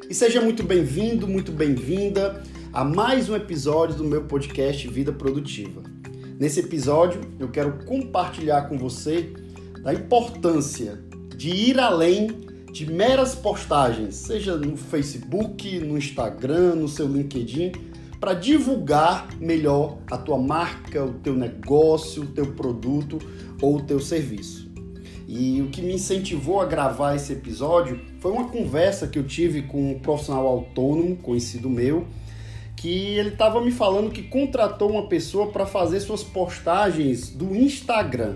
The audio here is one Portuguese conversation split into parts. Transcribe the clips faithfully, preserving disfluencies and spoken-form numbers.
E seja muito bem-vindo, muito bem-vinda a mais um episódio do meu podcast Vida Produtiva. Nesse episódio, eu quero compartilhar com você a importância de ir além de meras postagens, seja no Facebook, no Instagram, no seu LinkedIn, para divulgar melhor a tua marca, o teu negócio, o teu produto ou o teu serviço. E o que me incentivou a gravar esse episódio foi uma conversa que eu tive com um profissional autônomo, conhecido meu, que ele estava me falando que contratou uma pessoa para fazer suas postagens do Instagram.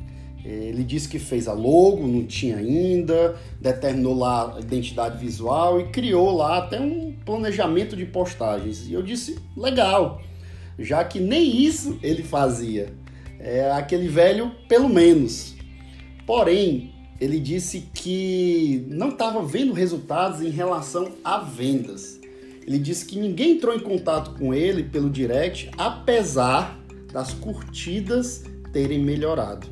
Ele disse que fez a logo, não tinha ainda, determinou lá a identidade visual e criou lá até um planejamento de postagens. E eu disse, legal, já que nem isso ele fazia. É aquele velho, pelo menos. Porém, ele disse que não estava vendo resultados em relação a vendas. Ele disse que ninguém entrou em contato com ele pelo direct, apesar das curtidas terem melhorado.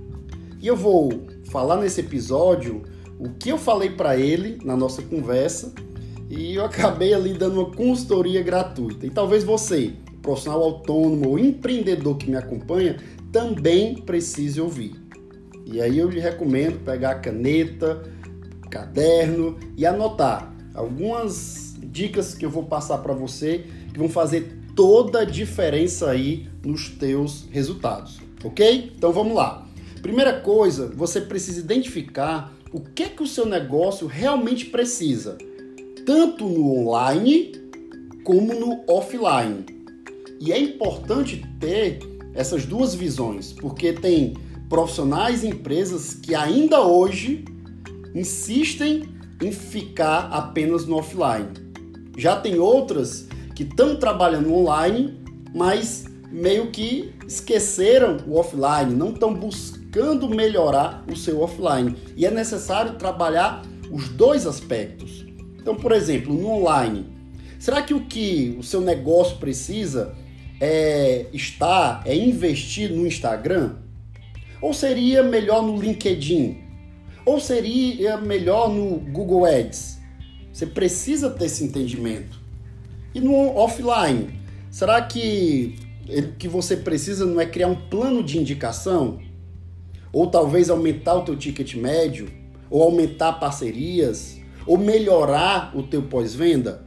E eu vou falar nesse episódio o que eu falei para ele na nossa conversa e eu acabei ali dando uma consultoria gratuita. E talvez você, profissional autônomo ou empreendedor que me acompanha, também precise ouvir. E aí eu lhe recomendo pegar caneta, caderno e anotar algumas dicas que eu vou passar para você que vão fazer toda a diferença aí nos teus resultados, ok? Então vamos lá. Primeira coisa, você precisa identificar o que que o seu negócio realmente precisa, tanto no online como no offline. E é importante ter essas duas visões, porque tem profissionais e empresas que ainda hoje insistem em ficar apenas no offline. Já tem outras que estão trabalhando online, mas meio que esqueceram o offline, não estão buscando melhorar o seu offline. E é necessário trabalhar os dois aspectos. Então, por exemplo, no online, será que o que o seu negócio precisa é estar, é investir no Instagram? Ou seria melhor no LinkedIn? Ou seria melhor no Google Ads? Você precisa ter esse entendimento. E no offline, será que o que você precisa não é criar um plano de indicação? Ou talvez aumentar o teu ticket médio? Ou aumentar parcerias? Ou melhorar o teu pós-venda?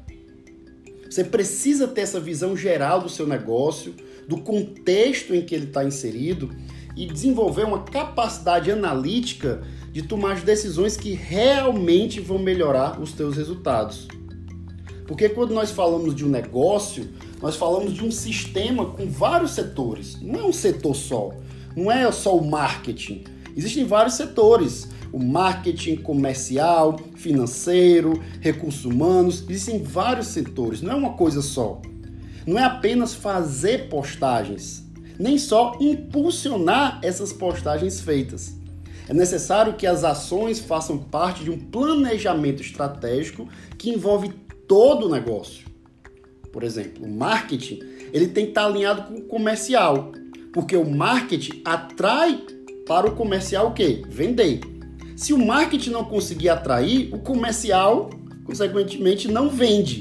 Você precisa ter essa visão geral do seu negócio, do contexto em que ele está inserido e desenvolver uma capacidade analítica de tomar as decisões que realmente vão melhorar os teus resultados. Porque quando nós falamos de um negócio, nós falamos de um sistema com vários setores. Não é um setor só, não é só o marketing. Existem vários setores. O marketing comercial, financeiro, recursos humanos, existem vários setores, não é uma coisa só. Não é apenas fazer postagens, nem só impulsionar essas postagens feitas. É necessário que as ações façam parte de um planejamento estratégico que envolve todo o negócio. Por exemplo, o marketing ele tem que estar alinhado com o comercial, porque o marketing atrai para o comercial o quê? Vender. Se o marketing não conseguir atrair, o comercial, consequentemente, não vende.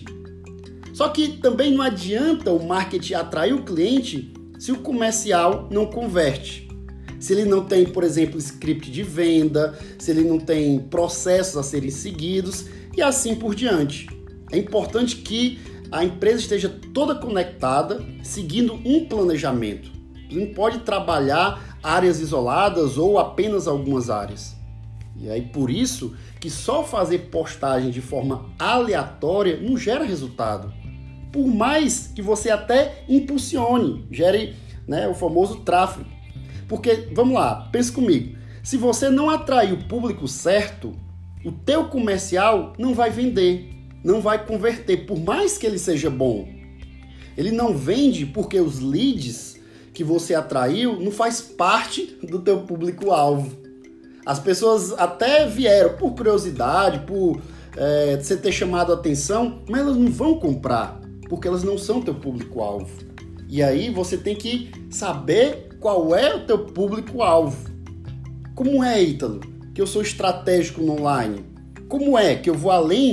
Só que também não adianta o marketing atrair o cliente se o comercial não converte. Se ele não tem, por exemplo, script de venda, se ele não tem processos a serem seguidos e assim por diante. É importante que a empresa esteja toda conectada, seguindo um planejamento. Não pode trabalhar áreas isoladas ou apenas algumas áreas. E aí por isso que só fazer postagem de forma aleatória não gera resultado. Por mais que você até impulsione, gere, né, o famoso tráfego. Porque, vamos lá, pense comigo, se você não atrair o público certo, o teu comercial não vai vender, não vai converter, por mais que ele seja bom. Ele não vende porque os leads que você atraiu não faz parte do teu público-alvo. As pessoas até vieram por curiosidade, por é, você ter chamado a atenção, mas elas não vão comprar, porque elas não são teu público-alvo. E aí você tem que saber qual é o teu público-alvo. Como é, Ítalo, que eu sou estratégico no online? Como é que eu vou além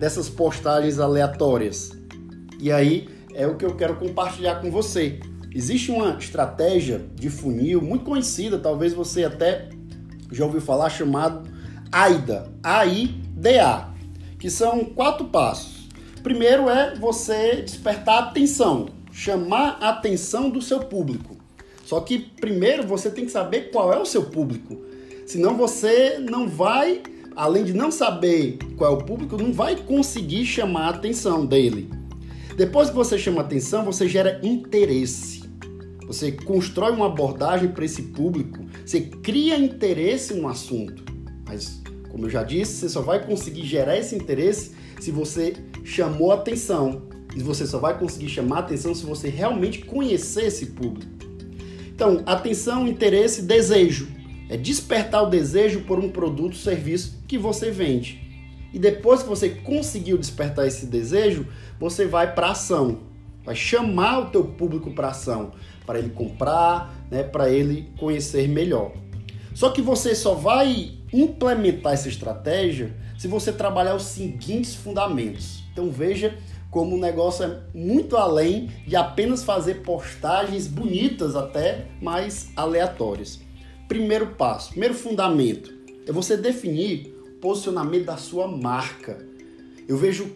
dessas postagens aleatórias? E aí é o que eu quero compartilhar com você. Existe uma estratégia de funil muito conhecida, talvez você até já ouviu falar, chamado AIDA, A I D A, que são quatro passos. Primeiro é você despertar a atenção, chamar a atenção do seu público. Só que primeiro você tem que saber qual é o seu público. Senão você não vai, além de não saber qual é o público, não vai conseguir chamar a atenção dele. Depois que você chama a atenção, você gera interesse. Você constrói uma abordagem para esse público, você cria interesse no assunto. Mas, como eu já disse, você só vai conseguir gerar esse interesse se você chamou a atenção. E você só vai conseguir chamar a atenção se você realmente conhecer esse público. Então, atenção, interesse, desejo. É despertar o desejo por um produto ou serviço que você vende. E depois que você conseguiu despertar esse desejo, você vai para a ação. Vai chamar o teu público para ação, para ele comprar, né, para ele conhecer melhor. Só que você só vai implementar essa estratégia se você trabalhar os seguintes fundamentos. Então veja como o negócio é muito além de apenas fazer postagens bonitas até, mas aleatórias. Primeiro passo, primeiro fundamento, é você definir o posicionamento da sua marca. Eu vejo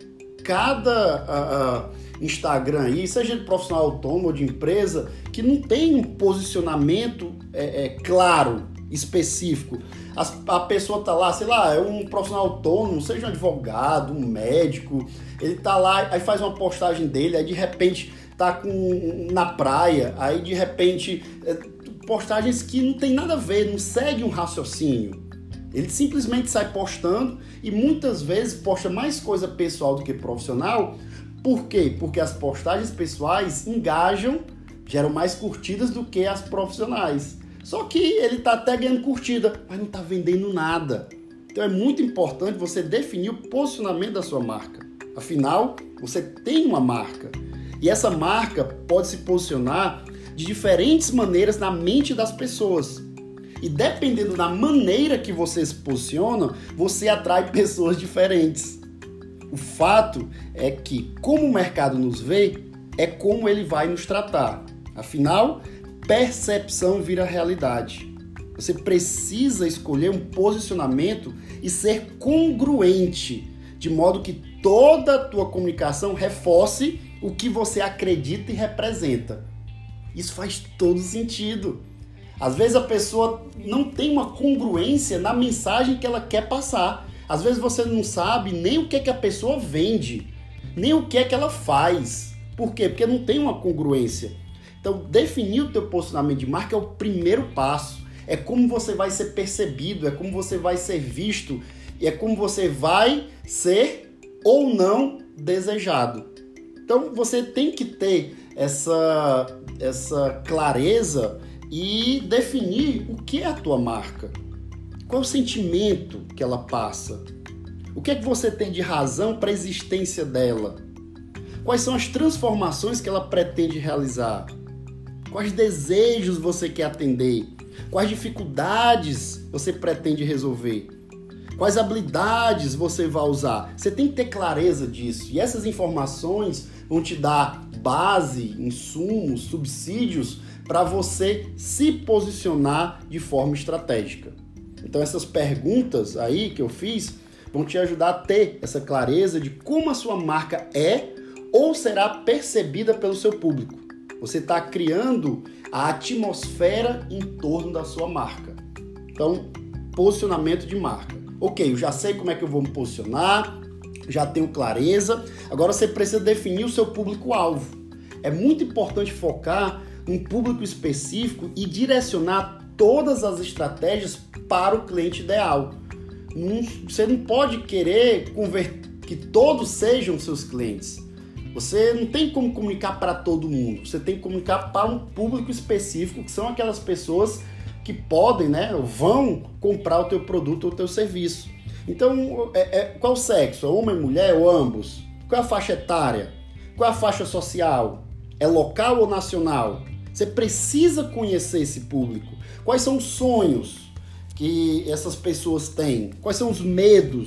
cada uh, Instagram aí, seja de profissional autônomo ou de empresa, que não tem um posicionamento é, é, claro, específico. As, a pessoa tá lá, sei lá, é um profissional autônomo, seja um advogado, um médico, ele tá lá, aí faz uma postagem dele, aí de repente tá com, na praia, aí de repente é, postagens que não tem nada a ver, não segue um raciocínio. Ele simplesmente sai postando e muitas vezes posta mais coisa pessoal do que profissional. Por quê? Porque as postagens pessoais engajam, geram mais curtidas do que as profissionais. Só que ele está até ganhando curtida, mas não está vendendo nada. Então é muito importante você definir o posicionamento da sua marca. Afinal, você tem uma marca. E essa marca pode se posicionar de diferentes maneiras na mente das pessoas. E dependendo da maneira que você se posiciona, você atrai pessoas diferentes. O fato é que, como o mercado nos vê, é como ele vai nos tratar. Afinal, percepção vira realidade. Você precisa escolher um posicionamento e ser congruente, de modo que toda a tua comunicação reforce o que você acredita e representa. Isso faz todo sentido. Às vezes a pessoa não tem uma congruência na mensagem que ela quer passar. Às vezes você não sabe nem o que, é que a pessoa vende, nem o que é que ela faz. Por quê? Porque não tem uma congruência. Então, definir o teu posicionamento de marca é o primeiro passo. É como você vai ser percebido, é como você vai ser visto, e é como você vai ser ou não desejado. Então, você tem que ter essa, essa clareza e definir o que é a tua marca. Qual é o sentimento que ela passa? O que é que você tem de razão para a existência dela? Quais são as transformações que ela pretende realizar? Quais desejos você quer atender? Quais dificuldades você pretende resolver? Quais habilidades você vai usar? Você tem que ter clareza disso. E essas informações vão te dar base, insumos, subsídios para você se posicionar de forma estratégica. Então essas perguntas aí que eu fiz vão te ajudar a ter essa clareza de como a sua marca é ou será percebida pelo seu público. Você está criando a atmosfera em torno da sua marca. Então, posicionamento de marca. Ok, eu já sei como é que eu vou me posicionar, já tenho clareza. Agora você precisa definir o seu público-alvo. É muito importante focar um público específico e direcionar todas as estratégias para o cliente ideal. Não, você não pode querer converter, que todos sejam seus clientes. Você não tem como comunicar para todo mundo. Você tem que comunicar para um público específico, que são aquelas pessoas que podem, né, vão comprar o teu produto ou o teu serviço. Então, é, é, qual o sexo? É homem, mulher ou ambos? Qual é a faixa etária? Qual é a faixa social? É local ou nacional? Você precisa conhecer esse público. Quais são os sonhos que essas pessoas têm? Quais são os medos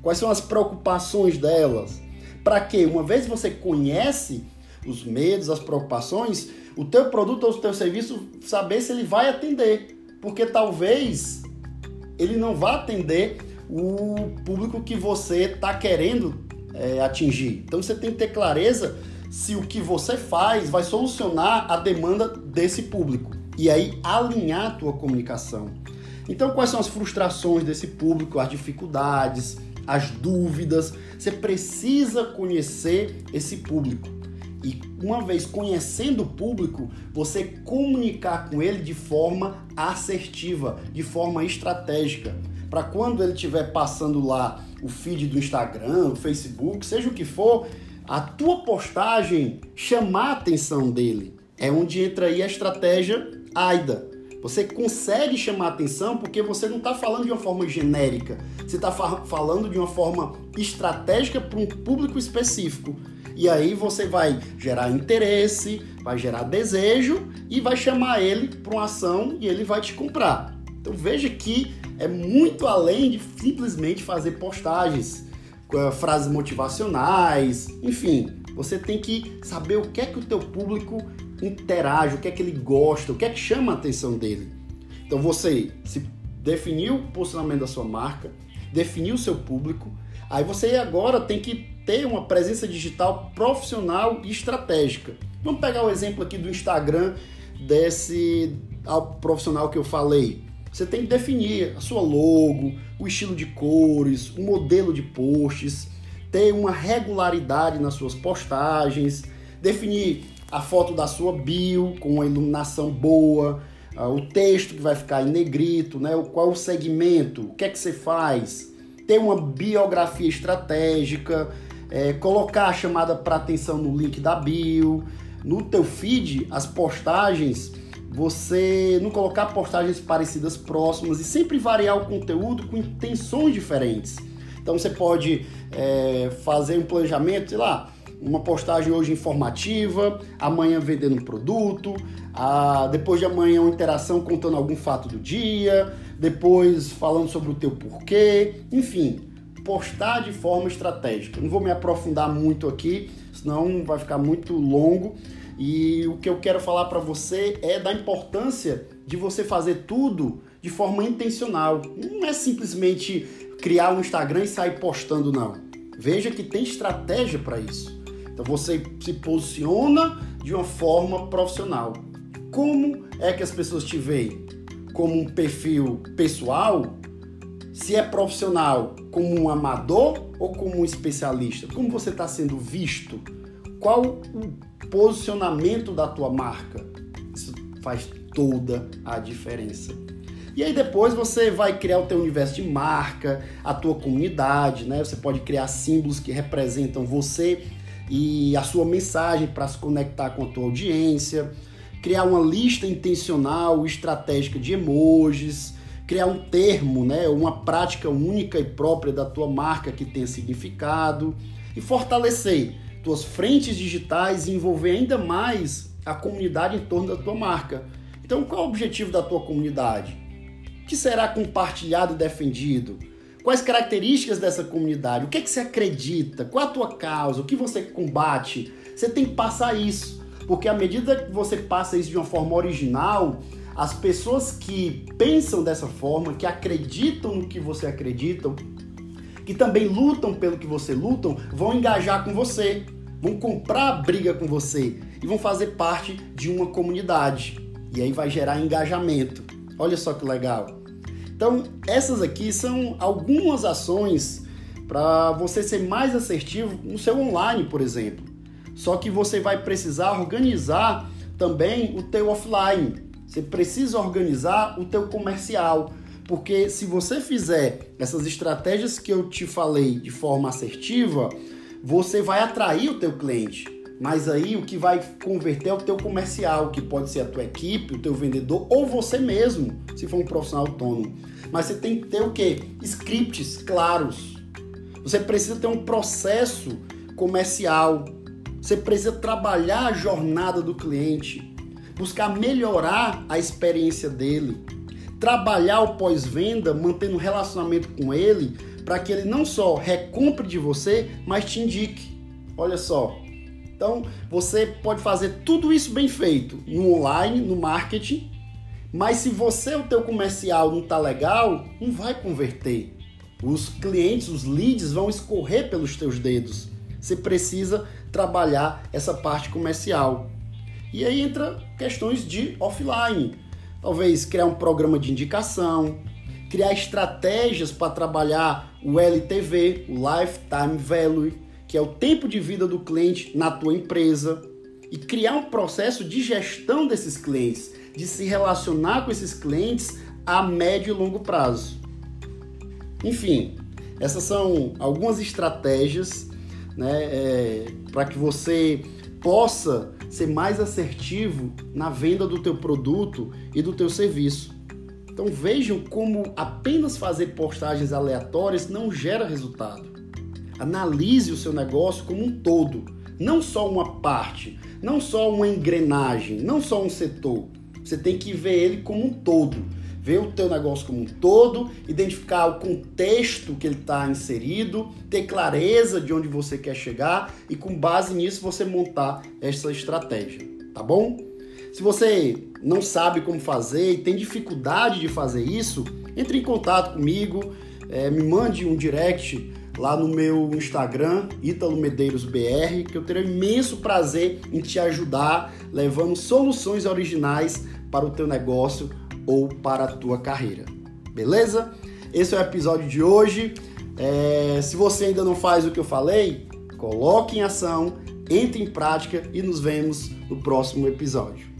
Quais são as preocupações delas? Para que, uma vez você conhece os medos, as preocupações, o teu produto ou o teu serviço, saber se ele vai atender. Porque talvez ele não vá atender o público que você está querendo é, atingir. Então você tem que ter clareza se o que você faz vai solucionar a demanda desse público. E aí alinhar a tua comunicação. Então quais são as frustrações desse público, as dificuldades, as dúvidas? Você precisa conhecer esse público. E uma vez conhecendo o público, você comunicar com ele de forma assertiva, de forma estratégica. Para quando ele estiver passando lá o feed do Instagram, o Facebook, seja o que for, a tua postagem chamar a atenção dele. É onde entra aí a estratégia AIDA. Você consegue chamar a atenção porque você não está falando de uma forma genérica. Você está fa- falando de uma forma estratégica para um público específico. E aí você vai gerar interesse, vai gerar desejo e vai chamar ele para uma ação e ele vai te comprar. Então veja que é muito além de simplesmente fazer postagens, frases motivacionais, enfim. Você tem que saber o que é que o teu público interage, o que é que ele gosta, o que é que chama a atenção dele. Então você se definiu o posicionamento da sua marca, definiu o seu público, aí você agora tem que ter uma presença digital profissional e estratégica. Vamos pegar o exemplo aqui do Instagram desse profissional que eu falei. Você tem que definir a sua logo, o estilo de cores, o modelo de posts, ter uma regularidade nas suas postagens, definir a foto da sua bio com uma iluminação boa, o texto que vai ficar em negrito, né? Qual o segmento, o que é que você faz, ter uma biografia estratégica, é, colocar a chamada para atenção no link da bio, no teu feed, as postagens, você não colocar postagens parecidas próximas e sempre variar o conteúdo com intenções diferentes. Então você pode é, fazer um planejamento, sei lá, uma postagem hoje informativa, amanhã vendendo um produto, a, depois de amanhã uma interação contando algum fato do dia, depois falando sobre o teu porquê, enfim, postar de forma estratégica. Não vou me aprofundar muito aqui, senão vai ficar muito longo. E o que eu quero falar para você é da importância de você fazer tudo de forma intencional. Não é simplesmente criar um Instagram e sair postando, não. Veja que tem estratégia para isso. Então você se posiciona de uma forma profissional. Como é que as pessoas te veem? Como um perfil pessoal? Se é profissional, como um amador ou como um especialista? Como você está sendo visto? Qual o posicionamento da tua marca? Isso faz toda a diferença. E aí depois você vai criar o teu universo de marca, a tua comunidade, né? Você pode criar símbolos que representam você e a sua mensagem para se conectar com a tua audiência, criar uma lista intencional, estratégica de emojis, criar um termo, né? Uma prática única e própria da tua marca que tenha significado e fortalecer tuas frentes digitais e envolver ainda mais a comunidade em torno da tua marca. Então, qual é o objetivo da tua comunidade? O que será compartilhado e defendido? Quais características dessa comunidade? O que é que você acredita? Qual é a tua causa? O que você combate? Você tem que passar isso, porque à medida que você passa isso de uma forma original, as pessoas que pensam dessa forma, que acreditam no que você acredita, que também lutam pelo que você lutam, vão engajar com você, vão comprar a briga com você e vão fazer parte de uma comunidade. E aí vai gerar engajamento. Olha só que legal. Então, essas aqui são algumas ações para você ser mais assertivo no seu online, por exemplo. Só que você vai precisar organizar também o teu offline. Você precisa organizar o teu comercial. Porque se você fizer essas estratégias que eu te falei de forma assertiva, você vai atrair o teu cliente. Mas aí o que vai converter é o teu comercial, que pode ser a tua equipe, o teu vendedor ou você mesmo, se for um profissional autônomo. Mas você tem que ter o quê? Scripts claros. Você precisa ter um processo comercial. Você precisa trabalhar a jornada do cliente, buscar melhorar a experiência dele, trabalhar o pós-venda, mantendo um relacionamento com ele, para que ele não só recompre de você, mas te indique. Olha só. Então, você pode fazer tudo isso bem feito no online, no marketing, mas se você, o teu comercial não está legal, não vai converter. Os clientes, os leads vão escorrer pelos teus dedos. Você precisa trabalhar essa parte comercial. E aí entra questões de offline. Talvez criar um programa de indicação, criar estratégias para trabalhar o L T V, o Lifetime Value, que é o tempo de vida do cliente na tua empresa, e criar um processo de gestão desses clientes, de se relacionar com esses clientes a médio e longo prazo. Enfim, essas são algumas estratégias, né, é, para que você possa ser mais assertivo na venda do teu produto e do teu serviço. Então vejam como apenas fazer postagens aleatórias não gera resultado. Analise o seu negócio como um todo, não só uma parte, não só uma engrenagem, não só um setor. Você tem que ver ele como um todo, ver o teu negócio como um todo, identificar o contexto que ele está inserido, ter clareza de onde você quer chegar e com base nisso você montar essa estratégia, tá bom? Se você não sabe como fazer e tem dificuldade de fazer isso, entre em contato comigo, é, me mande um direct lá no meu Instagram, Ítalo Medeiros B R, que eu terei imenso prazer em te ajudar, levando soluções originais para o teu negócio ou para a tua carreira. Beleza? Esse é o episódio de hoje. É, se você ainda não faz o que eu falei, coloque em ação, entre em prática e nos vemos no próximo episódio.